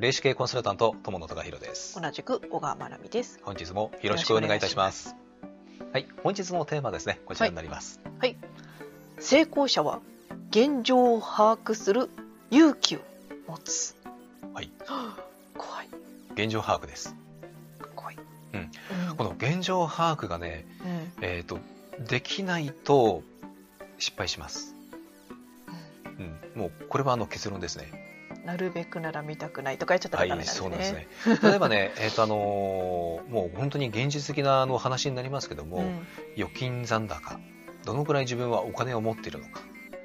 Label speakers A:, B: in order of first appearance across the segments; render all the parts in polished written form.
A: 霊視系コンサルタント友野隆弘です。
B: 同じく小川真奈美です。
A: 本日もよろしくお願いいたします。はい、本日のテーマですね、こちらになります。
B: はい、成功者は現状を把握する勇気を持つ。
A: はい、
B: 怖い。
A: 現状把握です。
B: 怖い。
A: この現状把握がね、できないと失敗します。もうこれは結論ですね。
B: なるべくなら見たくないとか言っちゃったらダメなんですね。
A: そうなんですね。例えばね、もう本当に現実的な話になりますけども、預金残高、どのくらい自分はお金を持っているのか。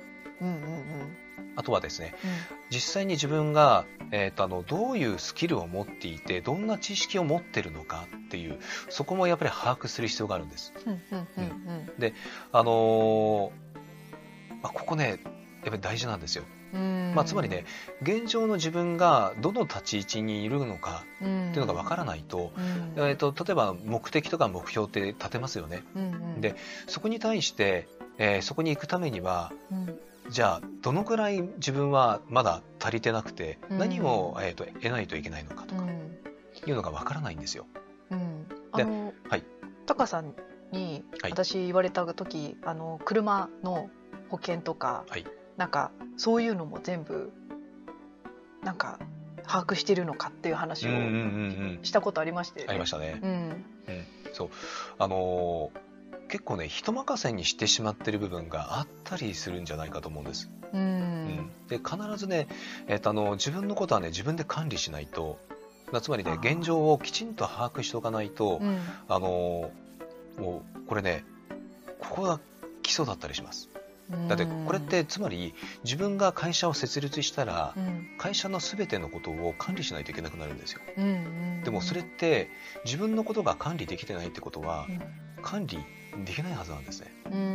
A: あとはですね、実際に自分が、どういうスキルを持っていて、どんな知識を持っているのかっていう、そこもやっぱり把握する必要があるんです。で、ここね、やっぱり大事なんですよ。つまりね、現状の自分がどの立ち位置にいるのかっていうのがわからないと、例えば目的とか目標って立てますよね。で、そこに対して、そこに行くためには、じゃあどのくらい自分はまだ足りてなくて、何を、得ないといけないのかとかいうのがわからないんですよ。
B: で、タカさんに私言われた時、車の保険とか、なんかそういうのも全部なんか把握してるのかっていう話をしたことありまして、
A: ありましたね。そう結構ね、人任せにしてしまってる部分があったりするんじゃないかと思うんです。で、必ずね、自分のことはね、自分で管理しないと、つまりね、現状をきちんと把握しておかないと、もうこれね、ここが基礎だったりします。だってこれってつまり自分が会社を設立したら、会社の全てのことを管理しないといけなくなるんですよ。でもそれって自分のことが管理できてないってことは、管理できないはずなんですね。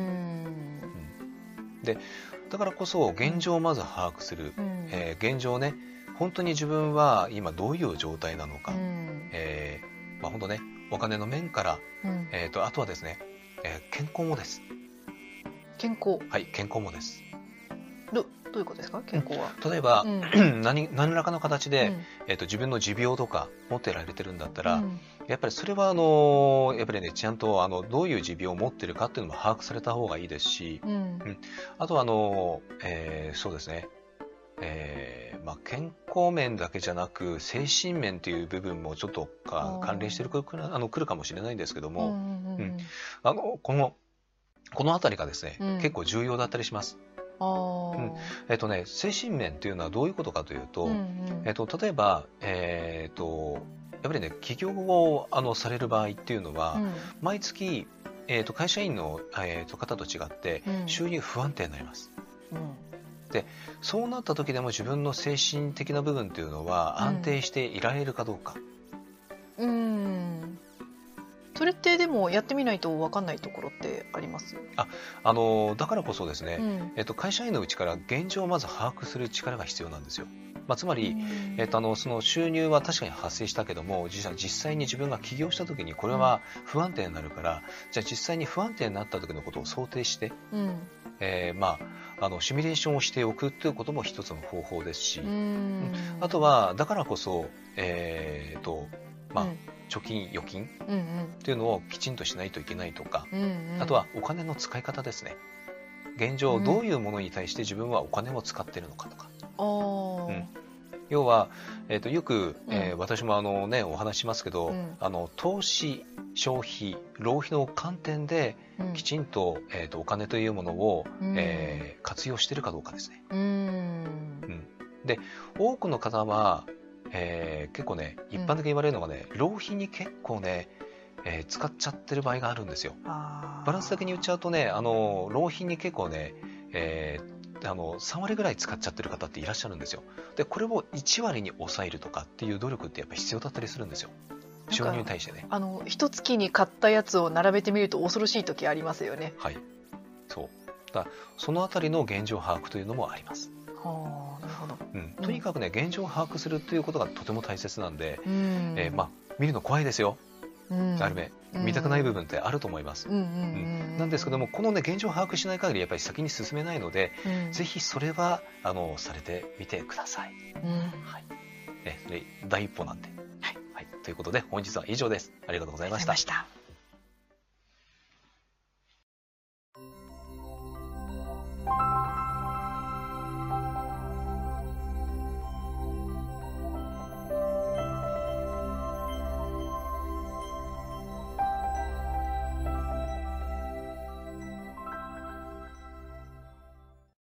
A: で、だからこそ現状をまず把握する、現状ね、本当に自分は今どういう状態なのか、本当ね、お金の面から、あとはですね、健康もです。
B: 健康。
A: はい、健康もです。
B: どういうことですか、健康は。
A: 例えば、何らかの形で、自分の持病とか持ってられてるんだったら、やっぱりそれはやっぱりね、ちゃんとどういう持病を持ってるかっていうのも把握された方がいいですし、あとはそうですね、健康面だけじゃなく精神面という部分もちょっと関連してくるかもしれないんですけども、このあたりがですね、結構重要だったりします。精神面というのはどういうことかというと、例えば、やっぱりね、起業をされる場合っていうのは、毎月、会社員の、方と違って収入不安定になります。で、そうなった時でも自分の精神的な部分っていうのは安定していられるかどうか。
B: それってでもやってみないと分かんないところってあります？
A: だからこそですね、会社員のうちから現状をまず把握する力が必要なんですよ。つまり、その収入は確かに発生したけども、実際に自分が起業した時にこれは不安定になるから、じゃあ実際に不安定になった時のことを想定して、シミュレーションをしておくということも一つの方法ですし、あとはだからこそ、貯金預金っていうのをきちんとしないといけないとか、あとはお金の使い方ですね。現状どういうものに対して自分はお金を使っているのかとか、要は、よく、私もお話しますけど、投資、消費、浪費の観点できちんと、お金というものを、活用しているかどうかですね。で、多くの方は結構ね、一般的に言われるのがね、浪費に結構ね、使っちゃってる場合があるんですよ。バランスだけに言っちゃうとね、浪費に結構ね、3割ぐらい使っちゃってる方っていらっしゃるんですよ。で、これを1割に抑えるとかっていう努力ってやっぱ必要だったりするんですよ。収入に対してね。
B: 一月に買ったやつを並べてみると恐ろしい時ありますよね。
A: はい。そう。だそのあたりの現状把握というのもあります。
B: なるほど。
A: とにかくね、現状を把握するということがとても大切なんで、見るの怖いですよ。ある目、見たくない部分ってあると思います。なんですけども、このね、現状を把握しない限りやっぱり先に進めないので、ぜひそれはされてみてください。 第一歩なんで、はい、ということで本日は以上です。ありがとうございました。